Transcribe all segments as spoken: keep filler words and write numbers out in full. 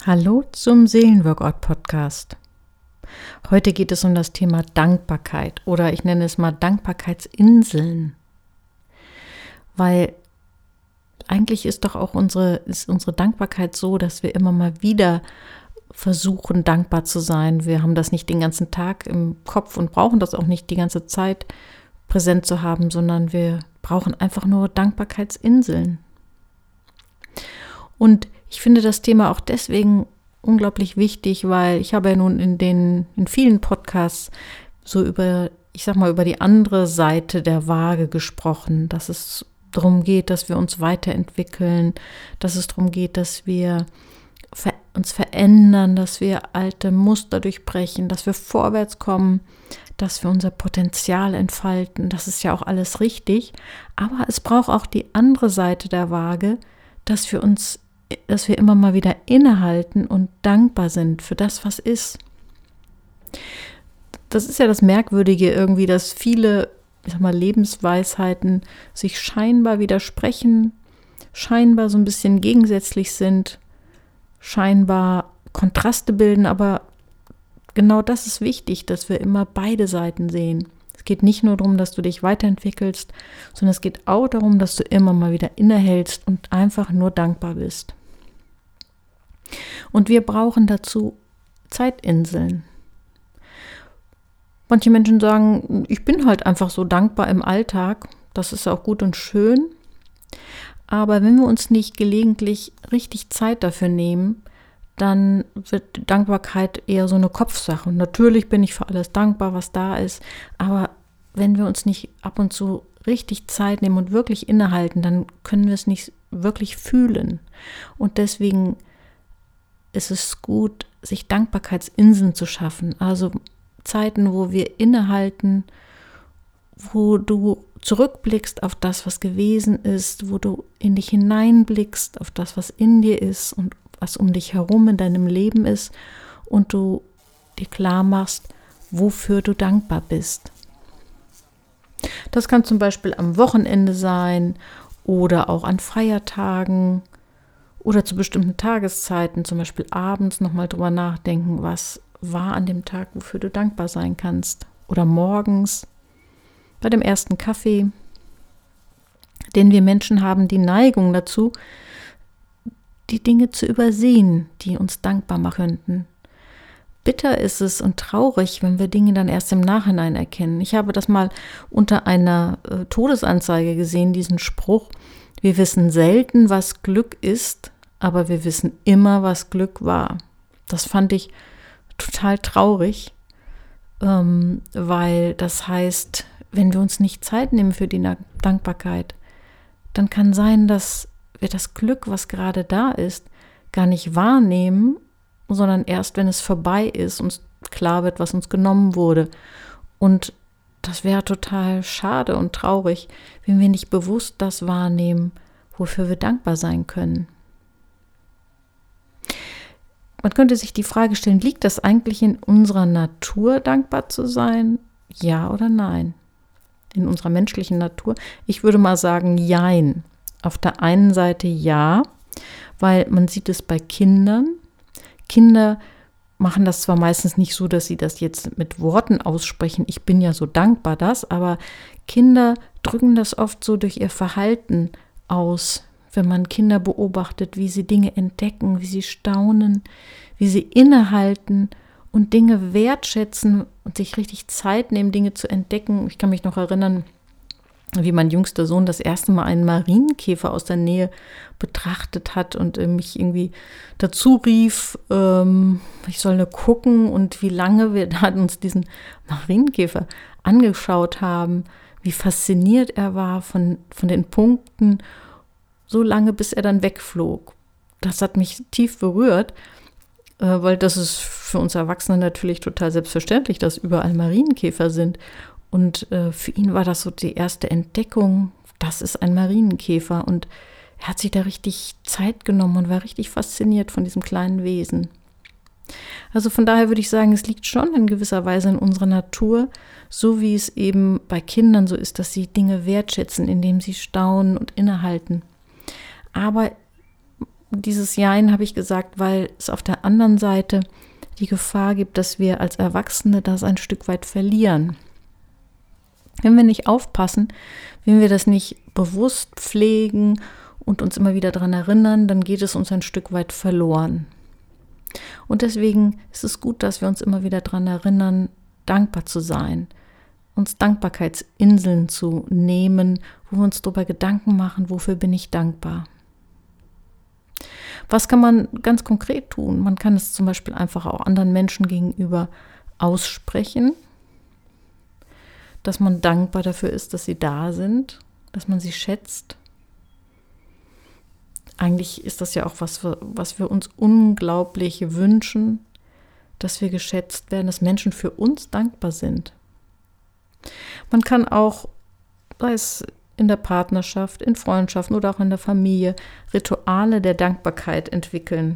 Hallo zum Seelenworkout-Podcast. Heute geht es um das Thema Dankbarkeit oder ich nenne es mal Dankbarkeitsinseln. Weil eigentlich ist doch auch unsere, ist unsere Dankbarkeit so, dass wir immer mal wieder versuchen, dankbar zu sein. Wir haben das nicht den ganzen Tag im Kopf und brauchen das auch nicht die ganze Zeit präsent zu haben, sondern wir brauchen einfach nur Dankbarkeitsinseln. Und ich finde das Thema auch deswegen unglaublich wichtig, weil ich habe ja nun in den in vielen Podcasts so über, ich sag mal, über die andere Seite der Waage gesprochen, dass es darum geht, dass wir uns weiterentwickeln, dass es darum geht, dass wir ver- uns verändern, dass wir alte Muster durchbrechen, dass wir vorwärts kommen, dass wir unser Potenzial entfalten. Das ist ja auch alles richtig, aber es braucht auch die andere Seite der Waage, dass wir uns dass wir immer mal wieder innehalten und dankbar sind für das, was ist. Das ist ja das Merkwürdige irgendwie, dass viele, ich sag mal, Lebensweisheiten sich scheinbar widersprechen, scheinbar so ein bisschen gegensätzlich sind, scheinbar Kontraste bilden, aber genau das ist wichtig, dass wir immer beide Seiten sehen. Es geht nicht nur darum, dass du dich weiterentwickelst, sondern es geht auch darum, dass du immer mal wieder innehältst und einfach nur dankbar bist. Und wir brauchen dazu Zeitinseln. Manche Menschen sagen, ich bin halt einfach so dankbar im Alltag. Das ist auch gut und schön. Aber wenn wir uns nicht gelegentlich richtig Zeit dafür nehmen, dann wird Dankbarkeit eher so eine Kopfsache. Und natürlich bin ich für alles dankbar, was da ist. Aber wenn wir uns nicht ab und zu richtig Zeit nehmen und wirklich innehalten, dann können wir es nicht wirklich fühlen. Und deswegen ist es gut, sich Dankbarkeitsinseln zu schaffen. Also Zeiten, wo wir innehalten, wo du zurückblickst auf das, was gewesen ist, wo du in dich hineinblickst, auf das, was in dir ist und was um dich herum in deinem Leben ist und du dir klar machst, wofür du dankbar bist. Das kann zum Beispiel am Wochenende sein oder auch an Feiertagen oder zu bestimmten Tageszeiten, zum Beispiel abends nochmal drüber nachdenken, was war an dem Tag, wofür du dankbar sein kannst. Oder morgens bei dem ersten Kaffee. Denn wir Menschen haben die Neigung dazu, die Dinge zu übersehen, die uns dankbar machen könnten. Bitter ist es und traurig, wenn wir Dinge dann erst im Nachhinein erkennen. Ich habe das mal unter einer äh, Todesanzeige gesehen, diesen Spruch: Wir wissen selten, was Glück ist, aber wir wissen immer, was Glück war. Das fand ich total traurig, ähm, weil das heißt, wenn wir uns nicht Zeit nehmen für die Na- Dankbarkeit, dann kann sein, dass wir das Glück, was gerade da ist, gar nicht wahrnehmen, sondern erst, wenn es vorbei ist, uns klar wird, was uns genommen wurde. Und das wäre total schade und traurig, wenn wir nicht bewusst das wahrnehmen, wofür wir dankbar sein können. Man könnte sich die Frage stellen, liegt das eigentlich in unserer Natur, dankbar zu sein? Ja oder nein? In unserer menschlichen Natur? Ich würde mal sagen, jein. Auf der einen Seite ja, weil man sieht es bei Kindern. Kinder machen das zwar meistens nicht so, dass sie das jetzt mit Worten aussprechen, ich bin ja so dankbar, das, aber Kinder drücken das oft so durch ihr Verhalten aus, wenn man Kinder beobachtet, wie sie Dinge entdecken, wie sie staunen, wie sie innehalten und Dinge wertschätzen und sich richtig Zeit nehmen, Dinge zu entdecken. Ich kann mich noch erinnern, wie mein jüngster Sohn das erste Mal einen Marienkäfer aus der Nähe betrachtet hat und äh, mich irgendwie dazu rief, ähm, ich soll nur gucken, und wie lange wir da uns diesen Marienkäfer angeschaut haben, wie fasziniert er war von, von den Punkten, so lange, bis er dann wegflog. Das hat mich tief berührt, äh, weil das ist für uns Erwachsene natürlich total selbstverständlich, dass überall Marienkäfer sind. Und äh, für ihn war das so die erste Entdeckung, das ist ein Marienkäfer. Und er hat sich da richtig Zeit genommen und war richtig fasziniert von diesem kleinen Wesen. Also von daher würde ich sagen, es liegt schon in gewisser Weise in unserer Natur, so wie es eben bei Kindern so ist, dass sie Dinge wertschätzen, indem sie staunen und innehalten. Aber dieses Jein habe ich gesagt, weil es auf der anderen Seite die Gefahr gibt, dass wir als Erwachsene das ein Stück weit verlieren. Wenn wir nicht aufpassen, wenn wir das nicht bewusst pflegen und uns immer wieder daran erinnern, dann geht es uns ein Stück weit verloren. Und deswegen ist es gut, dass wir uns immer wieder daran erinnern, dankbar zu sein, uns Dankbarkeitsinseln zu nehmen, wo wir uns darüber Gedanken machen, wofür bin ich dankbar. Was kann man ganz konkret tun? Man kann es zum Beispiel einfach auch anderen Menschen gegenüber aussprechen, dass man dankbar dafür ist, dass sie da sind, dass man sie schätzt. Eigentlich ist das ja auch was, was wir uns unglaublich wünschen, dass wir geschätzt werden, dass Menschen für uns dankbar sind. Man kann auch, sei es in der Partnerschaft, in Freundschaften oder auch in der Familie, Rituale der Dankbarkeit entwickeln.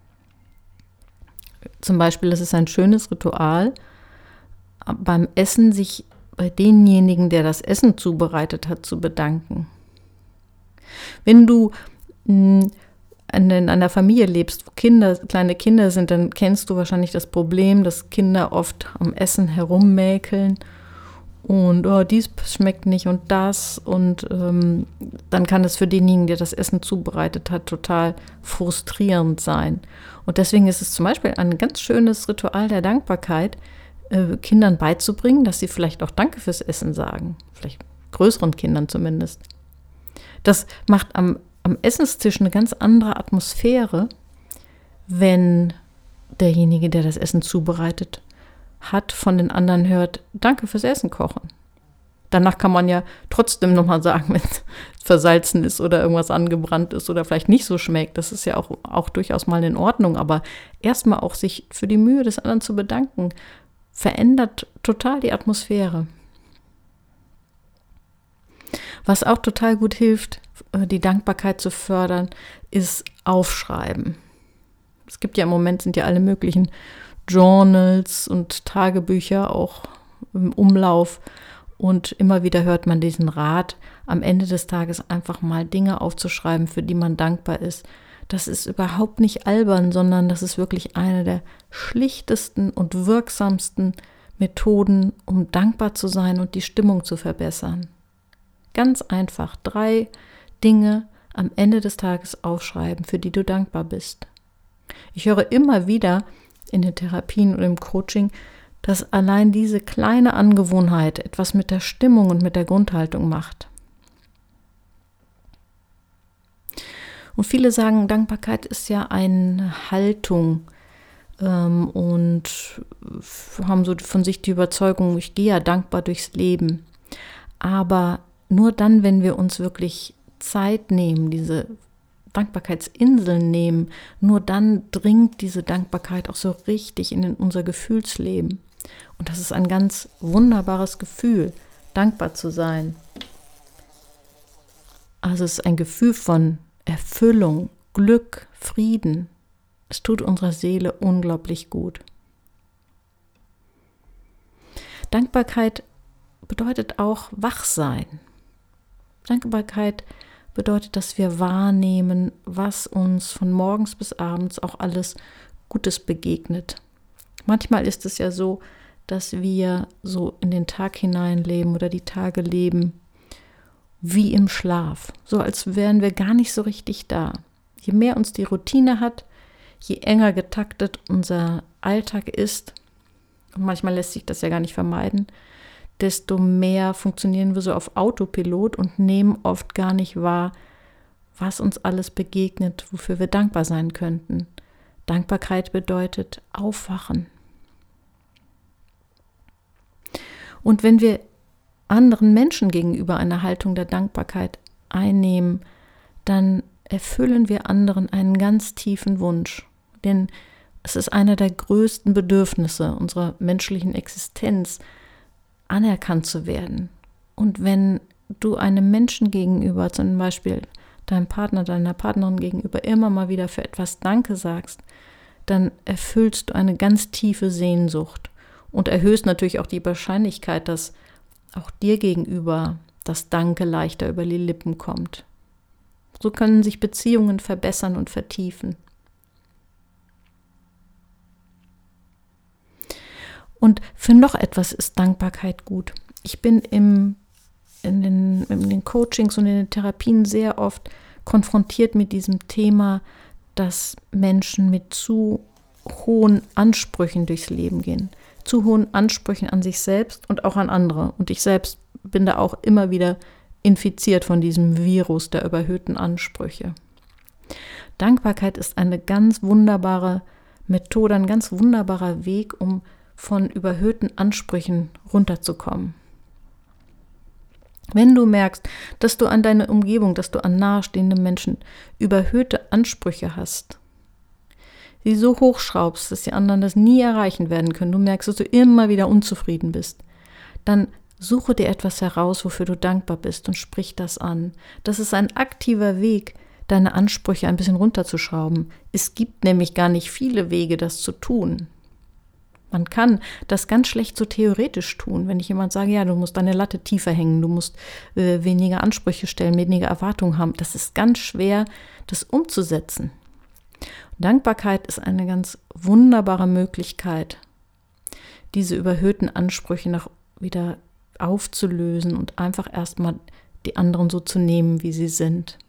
Zum Beispiel, das ist ein schönes Ritual, beim Essen sich bei denjenigen, der das Essen zubereitet hat, zu bedanken. Wenn du mh, in einer Familie lebst, wo Kinder, kleine Kinder sind, dann kennst du wahrscheinlich das Problem, dass Kinder oft am Essen herummäkeln und oh, dies schmeckt nicht und das und ähm, dann kann es für denjenigen, der das Essen zubereitet hat, total frustrierend sein. Und deswegen ist es zum Beispiel ein ganz schönes Ritual der Dankbarkeit, äh, Kindern beizubringen, dass sie vielleicht auch Danke fürs Essen sagen, vielleicht größeren Kindern zumindest. Das macht am, am Essenstisch eine ganz andere Atmosphäre, wenn derjenige, der das Essen zubereitet hat, von den anderen hört, danke fürs Essen kochen. Danach kann man ja trotzdem nochmal sagen, wenn es versalzen ist oder irgendwas angebrannt ist oder vielleicht nicht so schmeckt. Das ist ja auch, auch durchaus mal in Ordnung. Aber erstmal auch sich für die Mühe des anderen zu bedanken, verändert total die Atmosphäre. Was auch total gut hilft, die Dankbarkeit zu fördern, ist Aufschreiben. Es gibt ja im Moment, sind ja alle möglichen Journals und Tagebücher auch im Umlauf und immer wieder hört man diesen Rat, am Ende des Tages einfach mal Dinge aufzuschreiben, für die man dankbar ist. Das ist überhaupt nicht albern, sondern das ist wirklich eine der schlichtesten und wirksamsten Methoden, um dankbar zu sein und die Stimmung zu verbessern. Ganz einfach, drei Dinge am Ende des Tages aufschreiben, für die du dankbar bist. Ich höre immer wieder in den Therapien und im Coaching, dass allein diese kleine Angewohnheit etwas mit der Stimmung und mit der Grundhaltung macht. Und viele sagen, Dankbarkeit ist ja eine Haltung ähm, und haben so von sich die Überzeugung, ich gehe ja dankbar durchs Leben. Aber nur dann, wenn wir uns wirklich Zeit nehmen, diese Dankbarkeitsinseln nehmen, nur dann dringt diese Dankbarkeit auch so richtig in unser Gefühlsleben. Und das ist ein ganz wunderbares Gefühl, dankbar zu sein. Also es ist ein Gefühl von Erfüllung, Glück, Frieden. Es tut unserer Seele unglaublich gut. Dankbarkeit bedeutet auch Wachsein. Dankbarkeit bedeutet, dass wir wahrnehmen, was uns von morgens bis abends auch alles Gutes begegnet. Manchmal ist es ja so, dass wir so in den Tag hineinleben oder die Tage leben wie im Schlaf, so als wären wir gar nicht so richtig da. Je mehr uns die Routine hat, je enger getaktet unser Alltag ist, und manchmal lässt sich das ja gar nicht vermeiden, desto mehr funktionieren wir so auf Autopilot und nehmen oft gar nicht wahr, was uns alles begegnet, wofür wir dankbar sein könnten. Dankbarkeit bedeutet aufwachen. Und wenn wir anderen Menschen gegenüber eine Haltung der Dankbarkeit einnehmen, dann erfüllen wir anderen einen ganz tiefen Wunsch. Denn es ist einer der größten Bedürfnisse unserer menschlichen Existenz, anerkannt zu werden. Und wenn du einem Menschen gegenüber, zum Beispiel deinem Partner, deiner Partnerin gegenüber, immer mal wieder für etwas Danke sagst, dann erfüllst du eine ganz tiefe Sehnsucht und erhöhst natürlich auch die Wahrscheinlichkeit, dass auch dir gegenüber das Danke leichter über die Lippen kommt. So können sich Beziehungen verbessern und vertiefen. Und für noch etwas ist Dankbarkeit gut. Ich bin im, in, den, in den Coachings und in den Therapien sehr oft konfrontiert mit diesem Thema, dass Menschen mit zu hohen Ansprüchen durchs Leben gehen. Zu hohen Ansprüchen an sich selbst und auch an andere. Und ich selbst bin da auch immer wieder infiziert von diesem Virus der überhöhten Ansprüche. Dankbarkeit ist eine ganz wunderbare Methode, ein ganz wunderbarer Weg, um von überhöhten Ansprüchen runterzukommen. Wenn du merkst, dass du an deiner Umgebung, dass du an nahestehenden Menschen überhöhte Ansprüche hast, sie so hochschraubst, dass die anderen das nie erreichen werden können, du merkst, dass du immer wieder unzufrieden bist, dann suche dir etwas heraus, wofür du dankbar bist und sprich das an. Das ist ein aktiver Weg, deine Ansprüche ein bisschen runterzuschrauben. Es gibt nämlich gar nicht viele Wege, das zu tun. Man kann das ganz schlecht so theoretisch tun, wenn ich jemand sage, ja, du musst deine Latte tiefer hängen, du musst äh, weniger Ansprüche stellen, weniger Erwartungen haben. Das ist ganz schwer, das umzusetzen. Dankbarkeit ist eine ganz wunderbare Möglichkeit, diese überhöhten Ansprüche noch wieder aufzulösen und einfach erstmal die anderen so zu nehmen, wie sie sind.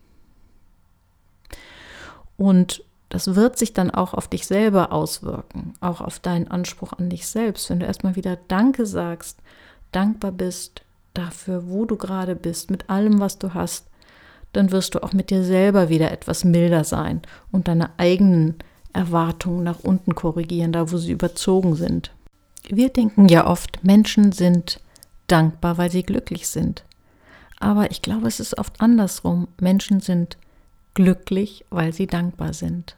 Und das wird sich dann auch auf dich selber auswirken, auch auf deinen Anspruch an dich selbst. Wenn du erstmal wieder Danke sagst, dankbar bist dafür, wo du gerade bist, mit allem, was du hast, dann wirst du auch mit dir selber wieder etwas milder sein und deine eigenen Erwartungen nach unten korrigieren, da wo sie überzogen sind. Wir denken ja oft, Menschen sind dankbar, weil sie glücklich sind. Aber ich glaube, es ist oft andersrum. Menschen sind glücklich, weil sie dankbar sind.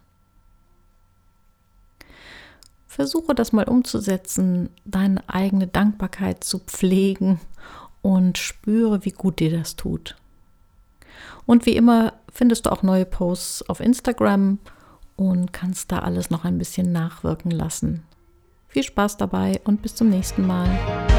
Versuche das mal umzusetzen, deine eigene Dankbarkeit zu pflegen und spüre, wie gut dir das tut. Und wie immer findest du auch neue Posts auf Instagram und kannst da alles noch ein bisschen nachwirken lassen. Viel Spaß dabei und bis zum nächsten Mal.